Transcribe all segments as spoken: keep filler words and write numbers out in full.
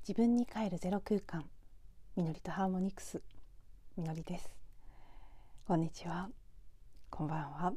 自分に帰るゼロ空間、みのりとハーモニクス、みのりです。こんにちは、こんばんは。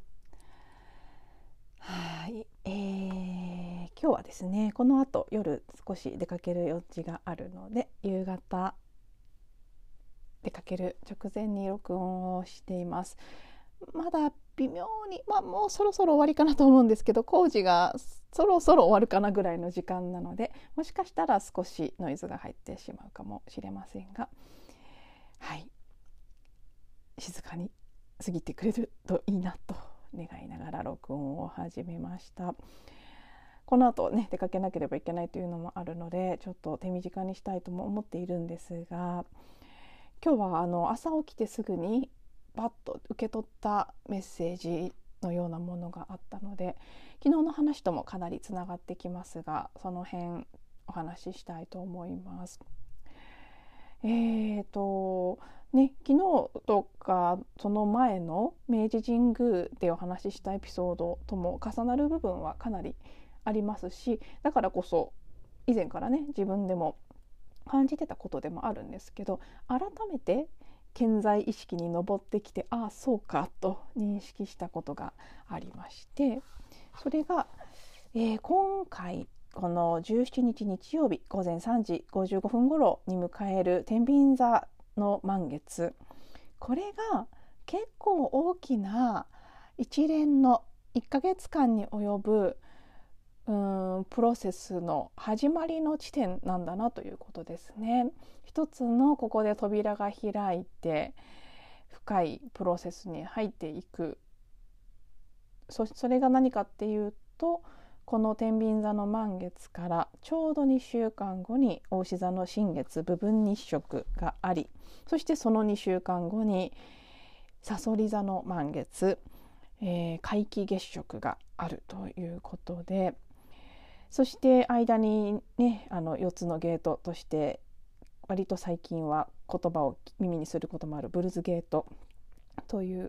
はい、えー、今日はですね、この後夜少し出かける用事があるので、夕方出かける直前に録音をしています。まだ微妙に、まあ、もうそろそろ終わりかなと思うんですけど、工事がそろそろ終わるかなぐらいの時間なので、もしかしたら少しノイズが入ってしまうかもしれませんが、はい、静かに過ぎてくれるといいなと願いながら録音を始めました。この後ね、出かけなければいけないというのもあるので、ちょっと手短にしたいとも思っているんですが、今日はあの朝起きてすぐにバッと受け取ったメッセージのようなものがあったので、昨日の話ともかなりつながってきますが、その辺お話ししたいと思います。えーとね、昨日とかその前の明治神宮でお話ししたエピソードとも重なる部分はかなりありますし、だからこそ以前からね、自分でも感じてたことでもあるんですけど、改めて顕在意識に上ってきて、ああそうかと認識したことがありまして、それが、えー、今回このじゅうしちにち日曜日午前さんじごじゅうごふん頃に迎える天秤座の満月、これが結構大きな一連のいっかげつかんに及ぶうーんプロセスの始まりの地点なんだなということですね。一つのここで扉が開いて深いプロセスに入っていく。 そ, それが何かっていうと、この天秤座の満月からちょうどにしゅうかんごに牡牛座の新月部分日食があり、そしてそのにしゅうかんごに蠍座の満月、えー、皆既月食があるということで、そして間にね、あのよっつのゲートとして割と最近は言葉を耳にすることもあるブルズゲートという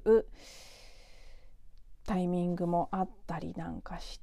タイミングもあったりなんかして、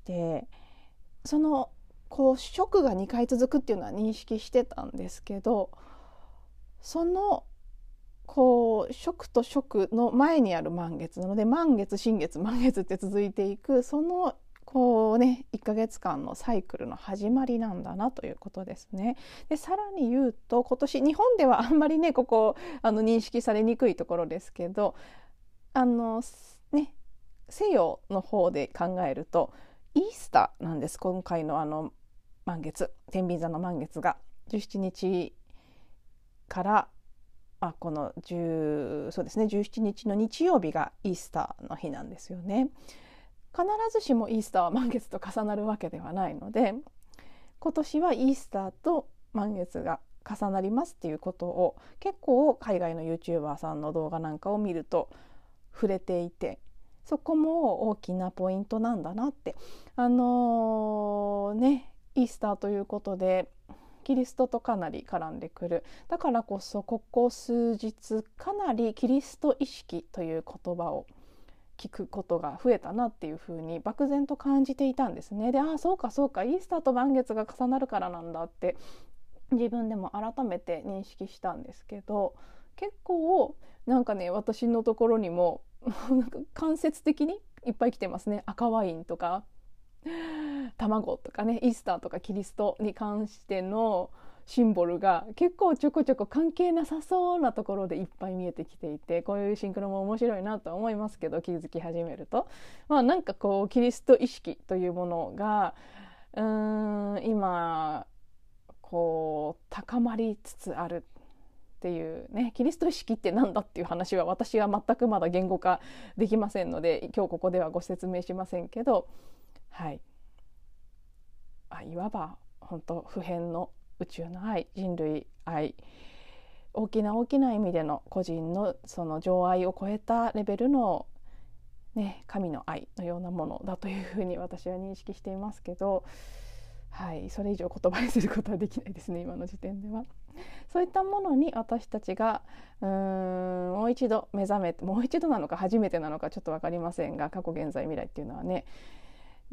そのこう食がにかい続くっていうのは認識してたんですけど、そのこう食と食の前にある満月なので、満月新月満月って続いていく、そのこうねいっかげつかんのサイクルの始まりなんだなということですね。でさらに言うと、今年日本ではあんまりねここあの認識されにくいところですけど、あのね西洋の方で考えるとイースターなんです。今回のあの満月、天秤座の満月がじゅうしちにちからあこの10そうですねじゅうしちにちの日曜日がイースターの日なんですよね。必ずしもイースターは満月と重なるわけではないので、今年はイースターと満月が重なりますっていうことを結構海外の YouTuber さんの動画なんかを見ると触れていて、そこも大きなポイントなんだなって、あのー、ねイースターということでキリストとかなり絡んでくる。だからこそここ数日かなりキリスト意識という言葉を聞くことが増えたなっていうふうに漠然と感じていたんですね。で、ああそうかそうか、イースターと満月が重なるからなんだって自分でも改めて認識したんですけど、結構なんかね私のところにもなんか間接的にいっぱい来てますね。赤ワインとか卵とかね、イースターとかキリストに関してのシンボルが結構ちょこちょこ関係なさそうなところでいっぱい見えてきていて、こういうシンクロも面白いなと思いますけど、気づき始めると、まあ、なんかこうキリスト意識というものがうーん今こう高まりつつあるっていうね。キリスト意識ってなんだっていう話は私は全くまだ言語化できませんので、今日ここではご説明しませんけど、はい、あいわば本当普遍の宇宙の愛、人類愛、大きな大きな意味での個人のその情愛を超えたレベルの、ね、神の愛のようなものだというふうに私は認識していますけど、はい、それ以上言葉にすることはできないですね、今の時点では。そういったものに私たちがうーんもう一度目覚めて、もう一度なのか初めてなのかちょっと分かりませんが、過去現在未来っていうのはね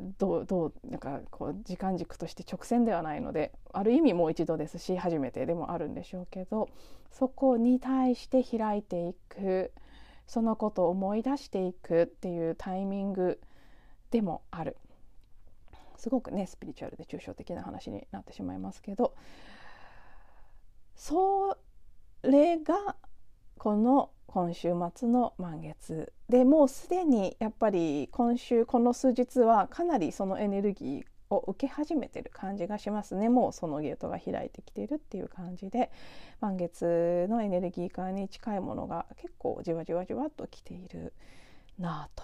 どうどうなんかこう時間軸として直線ではないので、ある意味もう一度ですし初めてでもあるんでしょうけど、そこに対して開いていく、そのことを思い出していくっていうタイミングでもある。すごくねスピリチュアルで抽象的な話になってしまいますけど、それがこの今週末の満月で、もうすでにやっぱり今週この数日はかなりそのエネルギーを受け始めてる感じがしますね。もうそのゲートが開いてきているっていう感じで、満月のエネルギー感に近いものが結構じわじわじわっときているなぁと。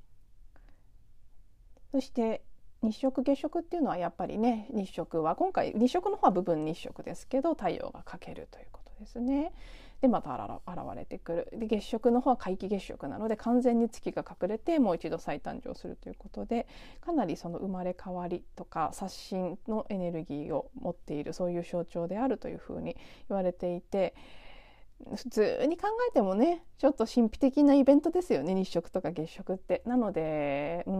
そして日食月食っていうのはやっぱりね、日食は今回日食の方は部分日食ですけど太陽が欠けるということですね。でまた現れてくる。で月食の方は皆既月食なので完全に月が隠れてもう一度再誕生するということで、かなりその生まれ変わりとか刷新のエネルギーを持っている、そういう象徴であるというふうに言われていて、普通に考えてもねちょっと神秘的なイベントですよね、日食とか月食って。なので、うん、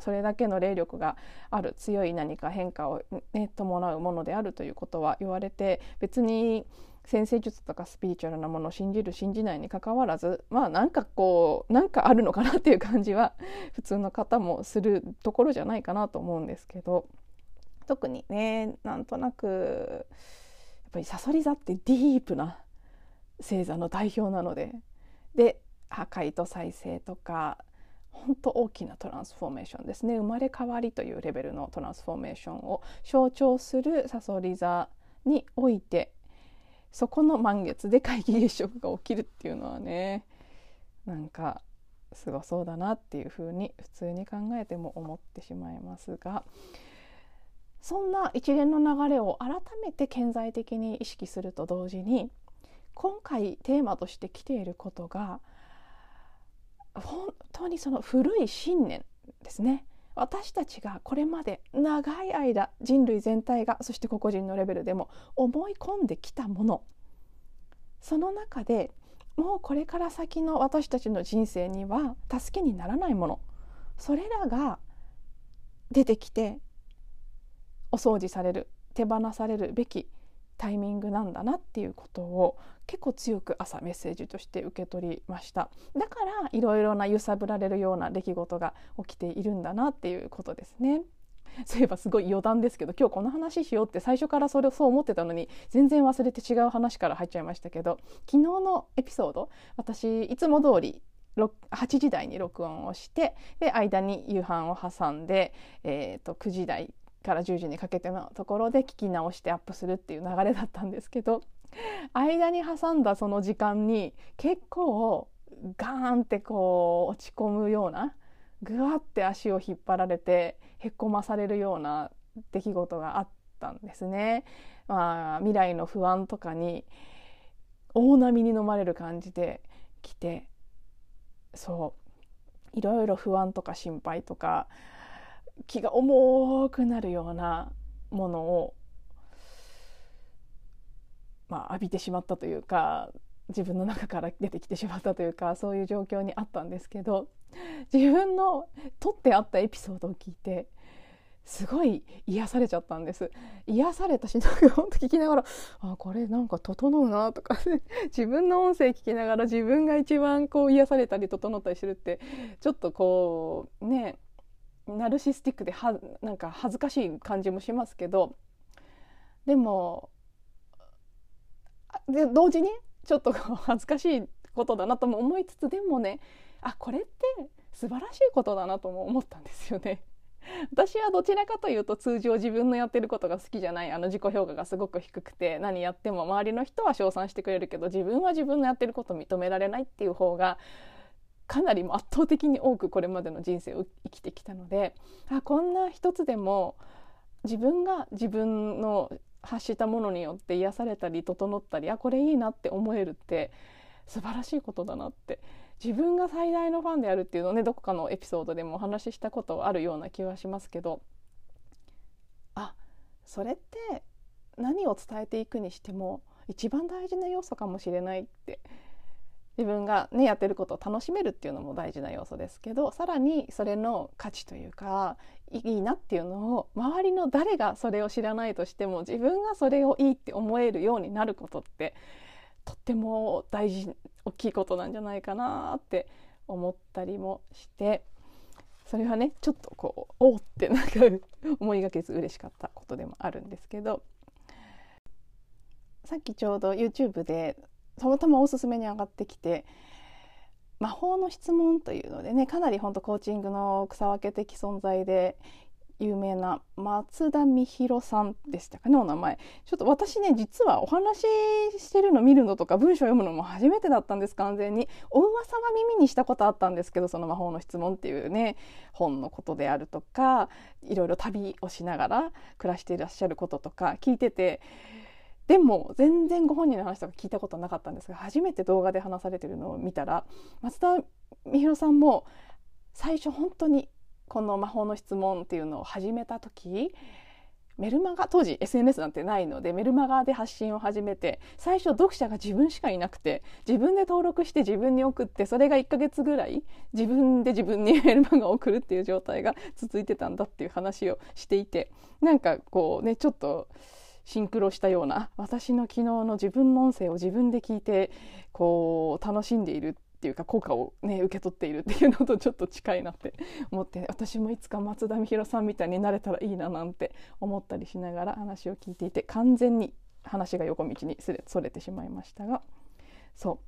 それだけの霊力がある強い何か変化を、ね、伴うものであるということは言われて、別に占星術とかスピリチュアルなものを信じる信じないにかかわらず、まあなんかこうなんかあるのかなっていう感じは普通の方もするところじゃないかなと思うんですけど、特にねなんとなくやっぱりさそり座ってディープな星座の代表なので、で破壊と再生とか本当大きなトランスフォーメーションですね、生まれ変わりというレベルのトランスフォーメーションを象徴するさそり座において、そこの満月で皆既月食が起きるっていうのはね、なんかすごそうだなっていうふうに普通に考えても思ってしまいますが、そんな一連の流れを改めて顕在的に意識すると同時に、今回テーマとして来ていることが本当にその古い信念ですね。私たちがこれまで長い間人類全体が、そして個々人のレベルでも思い込んできたもの、その中でもうこれから先の私たちの人生には助けにならないもの、それらが出てきてお掃除される、手放されるべきタイミングなんだなっていうことを結構強く朝メッセージとして受け取りました。だからいろいろな揺さぶられるような出来事が起きているんだなっていうことですね。そういえばすごい余談ですけど、今日この話しようって最初からそれをそう思ってたのに全然忘れて違う話から入っちゃいましたけど、昨日のエピソード、私いつも通りはちじ台に録音をして、で間に夕飯を挟んで、えー、とくじ台からじゅうじにかけてのところで聞き直してアップするっていう流れだったんですけど、間に挟んだその時間に結構ガーンってこう落ち込むような、ぐわって足を引っ張られてへこまされるような出来事があったんですね。まあ、未来の不安とかに大波に飲まれる感じで来て、そういろいろ不安とか心配とか気が重くなるようなものを、まあ、浴びてしまったというか、自分の中から出てきてしまったというか、そういう状況にあったんですけど、自分の撮ってあったエピソードを聞いてすごい癒されちゃったんです。癒されたし、なんか本当聞きながら、あ、これなんか整うなとか自分の音声聞きながら自分が一番こう癒されたり整ったりするって、ちょっとこうねナルシスティックではなんか恥ずかしい感じもしますけど、でもで同時にちょっと恥ずかしいことだなとも思いつつ、でもね、あ、これって素晴らしいことだなとも思ったんですよね。私はどちらかというと通常自分のやってることが好きじゃない、あの自己評価がすごく低くて、何やっても周りの人は称賛してくれるけど自分は自分のやってることを認められないっていう方がかなり圧倒的に多くこれまでの人生を生きてきたので、あ、こんな一つでも自分が自分の発したものによって癒されたり整ったり、あ、これいいなって思えるって素晴らしいことだなって、自分が最大のファンであるっていうのをね、どこかのエピソードでもお話ししたことあるような気はしますけど、あ、それって何を伝えていくにしても一番大事な要素かもしれないって自分がねやってることを楽しめるっていうのも大事な要素ですけど、さらにそれの価値というかいいなっていうのを周りの誰がそれを知らないとしても自分がそれをいいって思えるようになることってとっても大事大きいことなんじゃないかなって思ったりもして、それはねちょっとこうおーってなんか思いがけず嬉しかったことでもあるんですけど、さっきちょうど YouTube でたまたまおすすめに上がってきて、魔法の質問というのでね、かなり本当コーチングの草分け的存在で有名な松田美弘さんでしたかね、お名前。ちょっと私ね実はお話ししてるの見るのとか文章読むのも初めてだったんです。完全にお噂は耳にしたことあったんですけど、その魔法の質問っていうね本のことであるとか、いろいろ旅をしながら暮らしていらっしゃることとか聞いてて、でも全然ご本人の話とか聞いたことなかったんですが、初めて動画で話されてるのを見たら、松田美弘さんも最初本当にこの魔法の質問っていうのを始めた時、メルマガ、当時 エスエヌエス なんてないのでメルマガで発信を始めて、最初読者が自分しかいなくて、自分で登録して自分に送って、それがいっかげつぐらい自分で自分にメルマガを送るっていう状態が続いてたんだっていう話をしていて、なんかこうねちょっとシンクロしたような、私の昨日の自分の音声を自分で聞いてこう楽しんでいるっていうか効果をね受け取っているっていうのとちょっと近いなって思って、私もいつか松田美弘さんみたいになれたらいいななんて思ったりしながら話を聞いていて、完全に話が横道にそれてしまいましたが、そう、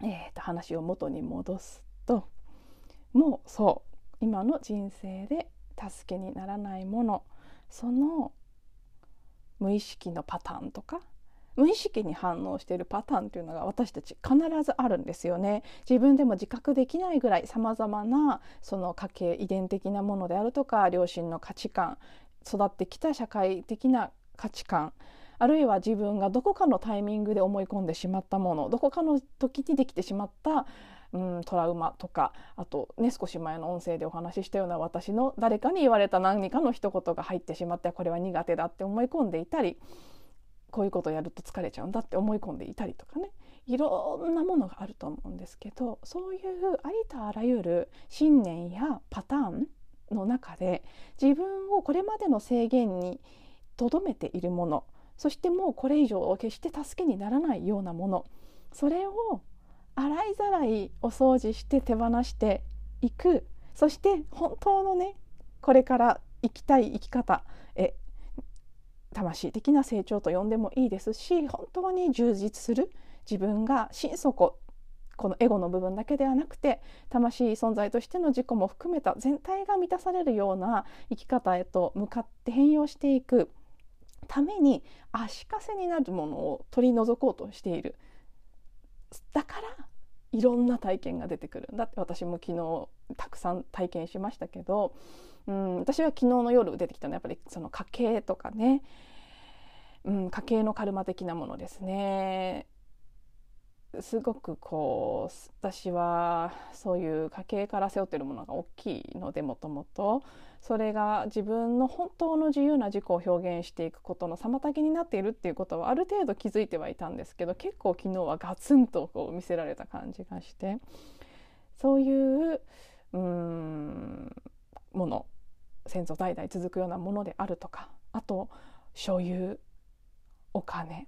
えー、と話を元に戻すと、もうそう今の人生で助けにならないもの、その無意識のパターンとか無意識に反応しているパターンというのが私たち必ずあるんですよね。自分でも自覚できないぐらいさまざまなその家系遺伝的なものであるとか、両親の価値観、育ってきた社会的な価値観、あるいは自分がどこかのタイミングで思い込んでしまったもの、どこかの時にできてしまったうん、トラウマとか、あとね少し前の音声でお話ししたような私の誰かに言われた何かの一言が入ってしまって、これは苦手だって思い込んでいたり、こういうことをやると疲れちゃうんだって思い込んでいたりとかね、いろんなものがあると思うんですけど、そういうありとあらゆる信念やパターンの中で自分をこれまでの制限にとどめているもの、そしてもうこれ以上決して助けにならないようなもの、それを洗いざらいお掃除して手放していく。そして本当のねこれから生きたい生き方、え魂的な成長と呼んでもいいですし、本当に充実する自分が心底、このエゴの部分だけではなくて魂存在としての自己も含めた全体が満たされるような生き方へと向かって変容していくために足かせになるものを取り除こうとしている。だからいろんな体験が出てくるんだって、私も昨日たくさん体験しましたけど、うん、私は昨日の夜出てきたのはやっぱりその家計とかね、うん、家計のカルマ的なものですね。すごくこう私はそういう家計から背負っているものが大きいので、もともとそれが自分の本当の自由な自己を表現していくことの妨げになっているっていうことはある程度気づいてはいたんですけど、結構昨日はガツンとこう見せられた感じがして、そういううーんもの、先祖代々続くようなものであるとか、あと所有、お金、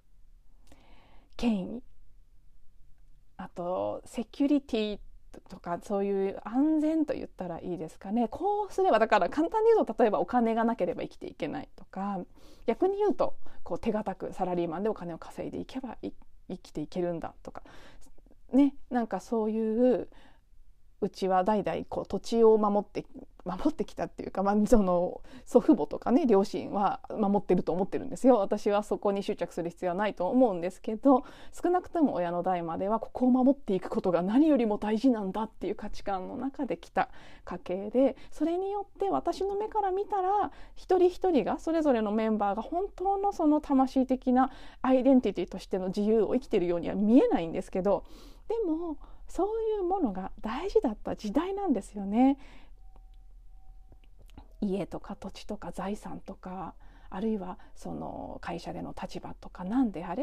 権威、あとセキュリティとか、そういう安全と言ったらいいですかね。こうすれば、だから簡単に言うと、例えばお金がなければ生きていけないとか、逆に言うとこう手堅くサラリーマンでお金を稼いでいけば生きていけるんだとかね、なんかそういううちは代々こう土地を守って守ってきたっていうか、まあ、その祖父母とかね両親は守ってると思ってるんですよ。私はそこに執着する必要はないと思うんですけど、少なくとも親の代まではここを守っていくことが何よりも大事なんだっていう価値観の中で来た家系で、それによって私の目から見たら一人一人がそれぞれのメンバーが本当のその魂的なアイデンティティとしての自由を生きているようには見えないんですけど、でもそういうものが大事だった時代なんですよね。家とか土地とか財産とか、あるいはその会社での立場とか、なんであれ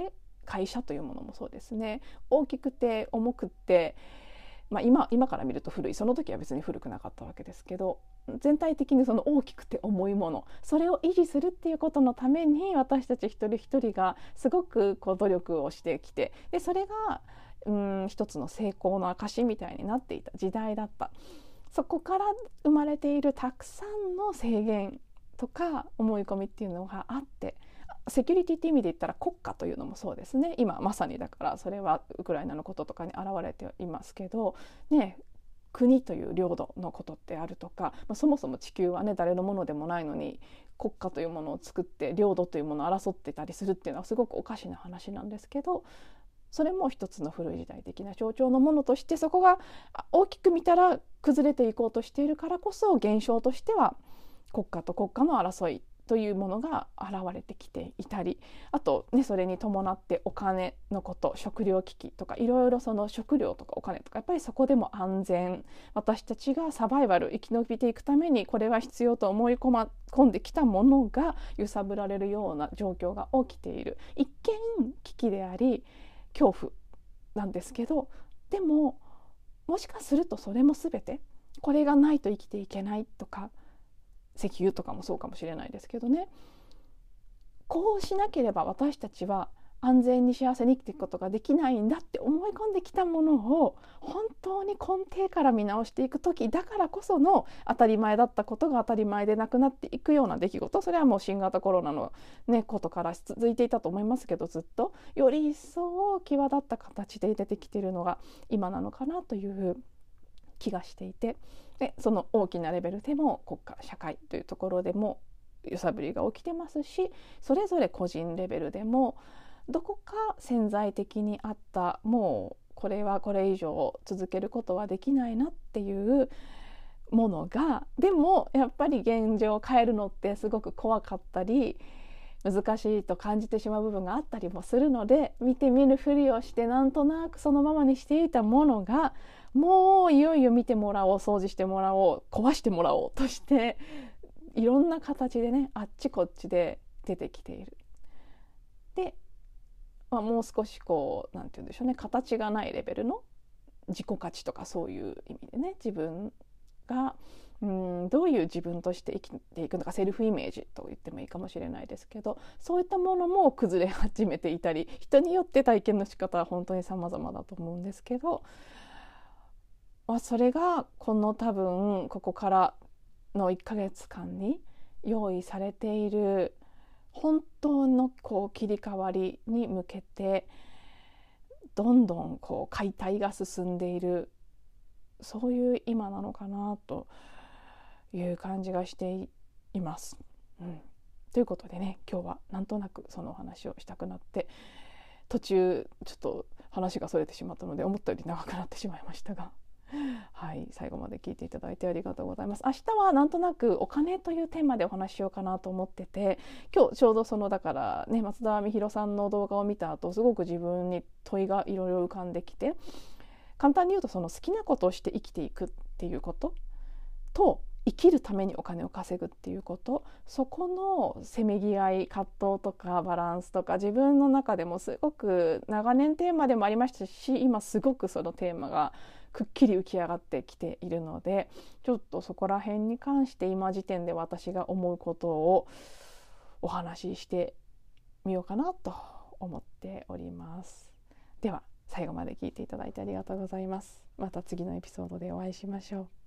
会社というものもそうですね。大きくて重くて、まあ、今, 今から見ると古い、その時は別に古くなかったわけですけど、全体的にその大きくて重いもの、それを維持するっていうことのために私たち一人一人がすごくこう努力をしてきて、でそれがうん一つの成功の証みたいになっていた時代だった。そこから生まれているたくさんの制限とか思い込みっていうのがあって、セキュリティって意味で言ったら国家というのもそうですね。今まさにだからそれはウクライナのこととかに現れていますけどね、国という領土のことってあるとか、まあ、そもそも地球はね誰のものでもないのに国家というものを作って領土というものを争ってたりするっていうのはすごくおかしな話なんですけど、それも一つの古い時代的な象徴のものとして、そこが大きく見たら崩れていこうとしているからこそ、現象としては国家と国家の争いというものが現れてきていたり、あとねそれに伴ってお金のこと、食料危機とかいろいろ、その食料とかお金とかやっぱりそこでも安全、私たちがサバイバル生き延びていくためにこれは必要と思い込ま込んできたものが揺さぶられるような状況が起きている。一見危機であり恐怖なんですけど、でももしかするとそれも全てこれがないと生きていけないとか、石油とかもそうかもしれないですけどね、こうしなければ私たちは安全に幸せに生きていくことができないんだって思い込んできたものを本当に根底から見直していく時だからこその、当たり前だったことが当たり前でなくなっていくような出来事、それはもう新型コロナの、ね、ことから続いていたと思いますけど、ずっとより一層際立った形で出てきているのが今なのかなという気がしていて、でその大きなレベルでも国家社会というところでも揺さぶりが起きてますし、それぞれ個人レベルでもどこか潜在的にあった、もうこれはこれ以上続けることはできないなっていうものが、でもやっぱり現状を変えるのってすごく怖かったり難しいと感じてしまう部分があったりもするので、見て見ぬふりをしてなんとなくそのままにしていたものが、もういよいよ見てもらおう、掃除してもらおう、壊してもらおうとしていろんな形でねあっちこっちで出てきている。で、まあ、もう少しこうなんて言うんでしょうね、形がないレベルの自己価値とかそういう意味でね、自分がうんどういう自分として生きていくのか、セルフイメージと言ってもいいかもしれないですけど、そういったものも崩れ始めていたり、人によって体験の仕方は本当に様々だと思うんですけど、まあ、それがこの多分ここからのいっかげつかんに用意されている本当のこう切り替わりに向けてどんどんこう解体が進んでいる、そういう今なのかなという感じがしています、うん、ということでね、今日はなんとなくそのお話をしたくなって、途中ちょっと話がそれてしまったので思ったより長くなってしまいましたがはい、最後まで聞いていただいてありがとうございます。明日はなんとなくお金というテーマでお話ししようかなと思ってて、今日ちょうどそのだからね松田美弘さんの動画を見た後、すごく自分に問いがいろいろ浮かんできて、簡単に言うとその好きなことをして生きていくっていうことと、生きるためにお金を稼ぐっていうこと、そこのせめぎ合い、葛藤とかバランスとか、自分の中でもすごく長年テーマでもありましたし、今すごくそのテーマがくっきり浮き上がってきているので、ちょっとそこら辺に関して今時点で私が思うことをお話ししてみようかなと思っております。では最後まで聞いていただいてありがとうございます。また次のエピソードでお会いしましょう。